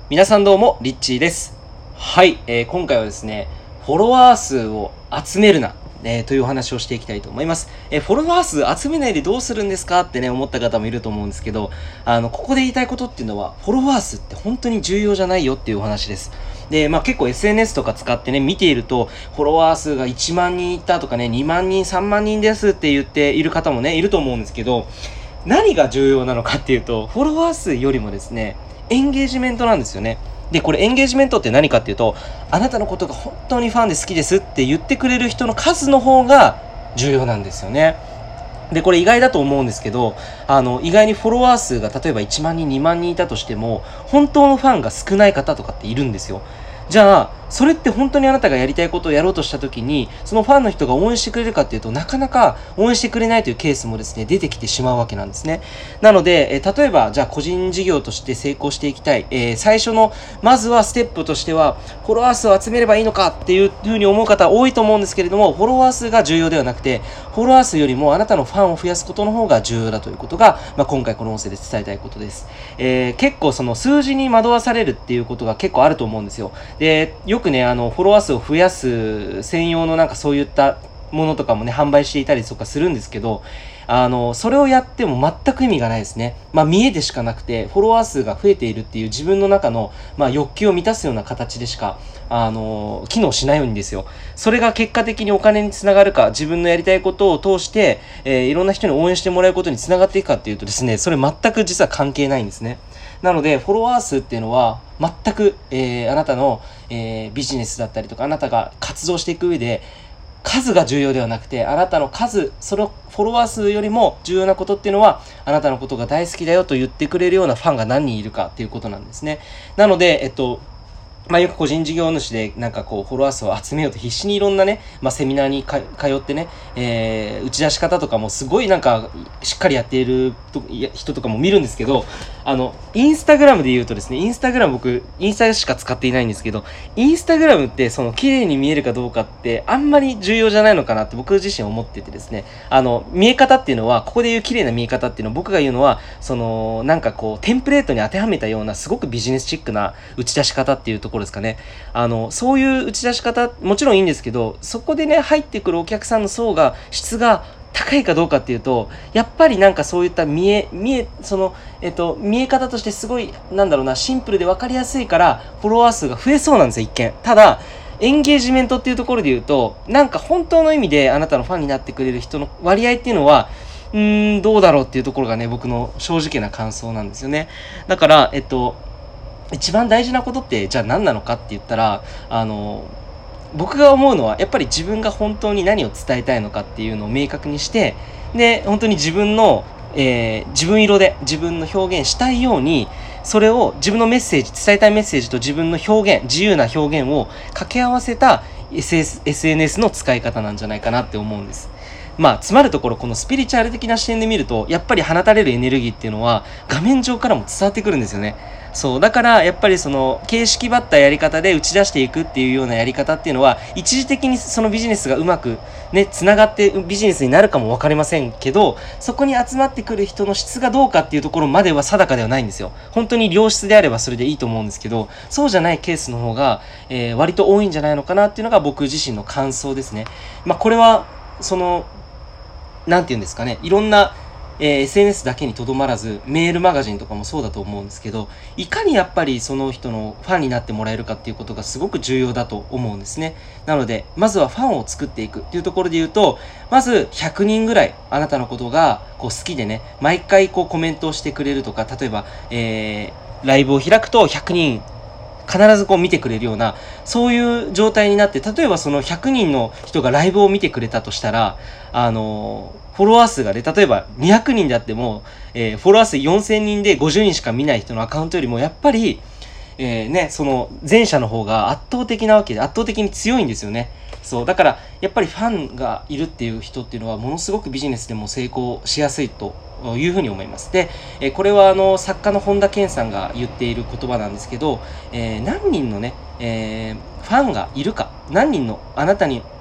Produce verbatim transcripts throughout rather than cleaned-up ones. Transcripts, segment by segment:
皆さんどうもリッチーです。はい、えー今回はですね、フォロワー数を集めるな、えーというお話をしていきたいと思います。えーフォロワー数集めないでどうするんですかってね、思った方もいると思うんですけど、あの、ここで言いたいことっていうのは、フォロワー数って本当に重要じゃないよっていうお話です。で、まあ結構 エスエヌエス とか使ってね、見ていると、フォロワー数がいちまん人いったとかね、にまん人、さんまん人ですって言っている方もね、いると思うんですけど、何が重要なのかっていうと、フォロワー数よりもですね、エンゲージメントなんですよね。で、これエンゲージメントって何かっていうと、あなたのことが本当にファンで好きですって言ってくれる人の数の方が重要なんですよね。で、これ意外だと思うんですけど、あの、意外にフォロワー数が例えばいちまん人、にまん人いたとしても、本当のファンが少ない方とかっているんですよ。じゃあ、それって本当にあなたがやりたいことをやろうとした時に、そのファンの人が応援してくれるかっていうと、なかなか応援してくれないというケースもですね、出てきてしまうわけなんですね。なので、えー例えば、じゃあ個人事業として成功していきたい。えー最初の、まずはステップとしては、フォロワー数を集めればいいのかっていうふうに思う方多いと思うんですけれども、フォロワー数が重要ではなくて、フォロワー数よりもあなたのファンを増やすことの方が重要だということが、まあ、今回この音声で伝えたいことです。えー結構その数字に惑わされるっていうことが結構あると思うんですよ。で、よくね、あの、フォロワー数を増やす専用のなんかそういったものとかもね、販売していたりとかするんですけど、あの、それをやっても全く意味がないですね。まあ、見栄でしかなくて、フォロワー数が増えているっていう自分の中の、まあ、欲求を満たすような形でしか、あの、機能しないんですよ。それが結果的にお金につながるか、自分のやりたいことを通して、えーいろんな人に応援してもらうことにつながっていくかっていうとですね、それ全く実は関係ないんですね。なので、フォロワー数っていうのは、全く、えーあなたの、えービジネスだったりとか、あなたが活動していく上で、数が重要ではなくて、あなたの数、そのフォロワー数よりも重要なことっていうのは、あなたのことが大好きだよと言ってくれるようなファンが何人いるかっていうことなんですね。なので、えっと、まあよく個人事業主でなんかこうフォロワー数を集めようと必死にいろんなね、まあセミナーにか通ってね、えー、打ち出し方とかもすごいなんかしっかりやっているといや人とかも見るんですけど、あの、インスタグラムで言うとですね、インスタグラム僕、インスタしか使っていないんですけど、インスタグラムってその綺麗に見えるかどうかってあんまり重要じゃないのかなって僕自身思っててですね、あの、見え方っていうのは、ここで言う綺麗な見え方っていうのは僕が言うのは、その、なんかこう、テンプレートに当てはめたようなすごくビジネスチックな打ち出し方っていうところですかね。あの、そういう打ち出し方、もちろんいいんですけど、そこでね、入ってくるお客さんの層が、質が高いかどうかっていうと、やっぱりなんかそういった見え、見え、その、えっと、見え方としてすごい、なんだろうな、シンプルで分かりやすいから、フォロワー数が増えそうなんですよ、一見。ただ、エンゲージメントっていうところで言うと、なんか本当の意味であなたのファンになってくれる人の割合っていうのは、うーん、どうだろうっていうところがね、僕の正直な感想なんですよね。だから、えっと、一番大事なことってじゃあ何なのかって言ったら、あの僕が思うのはやっぱり自分が本当に何を伝えたいのかっていうのを明確にして、で本当に自分の、えー自分色で自分の表現したいように、それを自分のメッセージ、伝えたいメッセージと自分の表現、自由な表現を掛け合わせた エスエヌエス の使い方なんじゃないかなって思うんです。まあ、つまるところ、このスピリチュアル的な視点で見ると、やっぱり放たれるエネルギーっていうのは、画面上からも伝わってくるんですよね。そう。だから、やっぱりその、形式ばったやり方で打ち出していくっていうようなやり方っていうのは、一時的にそのビジネスがうまく、ね、繋がってビジネスになるかもわかりませんけど、そこに集まってくる人の質がどうかっていうところまでは定かではないんですよ。本当に良質であればそれでいいと思うんですけど、そうじゃないケースの方が、えー割と多いんじゃないのかなっていうのが僕自身の感想ですね。まあ、これは、その、なんて言うんですかね、いろんな、えー エスエヌエス だけにとどまらず、メールマガジンとかもそうだと思うんですけど、いかにやっぱりその人のファンになってもらえるかっていうことがすごく重要だと思うんですね。なので、まずはファンを作っていくっていうところで言うと、まずひゃくにんぐらいあなたのことがこう好きでね、毎回こうコメントをしてくれるとか、例えば、えー、ライブを開くとひゃくにん必ずこう見てくれるような、そういう状態になって、例えばそのひゃくにんの人がライブを見てくれたとしたら、あのフォロワー数がね、例えばにひゃくにんであっても、えーフォロワー数よんせんにんでごじゅうにんしか見ない人のアカウントよりも、やっぱり、えーね、その前者の方が圧倒的なわけで、圧倒的に強いんですよね。そう。だから、やっぱりファンがいるっていう人っていうのは、ものすごくビジネスでも成功しやすいというふうに思います。で、えーこれはあの、作家の本田健さんが言っている言葉なんですけど、えー何人のね、えーファンがいるか、何人のあなたに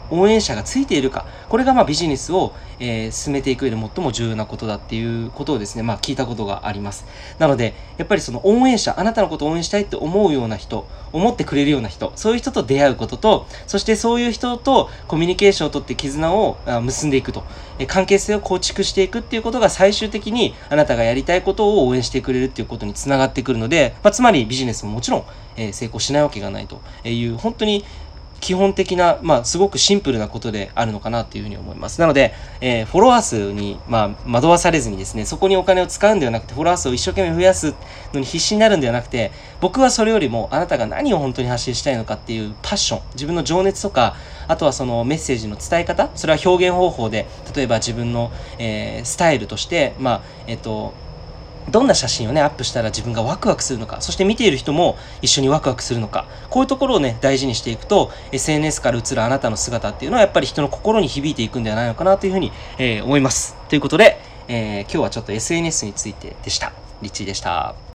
応援者がついているか、これがまあビジネスを、えー進めていく上で最も重要なことだっていうことをですね、まあ聞いたことがあります。なので、やっぱりその応援者、あなたのことを応援したいって思うような人、思ってくれるような人、そういう人と出会うことと、そしてそういう人とコミュニケーションをとって絆をあ結んでいくと、え関係性を構築していくっていうことが最終的にあなたがやりたいことを応援してくれるっていうことにつながってくるので、まあ、つまりビジネスももちろん、えー成功しないわけがないという、本当に基本的な、まあ、すごくシンプルなことであるのかなっていうふうに思います。なので、えーフォロワー数に、まあ、惑わされずにですね、そこにお金を使うんではなくて、フォロワー数を一生懸命増やすのに必死になるんではなくて、僕はそれよりもあなたが何を本当に発信したいのかっていうパッション、自分の情熱とか、あとはそのメッセージの伝え方、それは表現方法で、例えば自分の、えースタイルとして、まあ、えっと、どんな写真をね、アップしたら自分がワクワクするのか、そして見ている人も一緒にワクワクするのか、こういうところをね、大事にしていくと、エスエヌエス から映るあなたの姿っていうのはやっぱり人の心に響いていくんではないのかなというふうに、えー思います。ということで、えー今日はちょっと エスエヌエス についてでした。リッチーでした。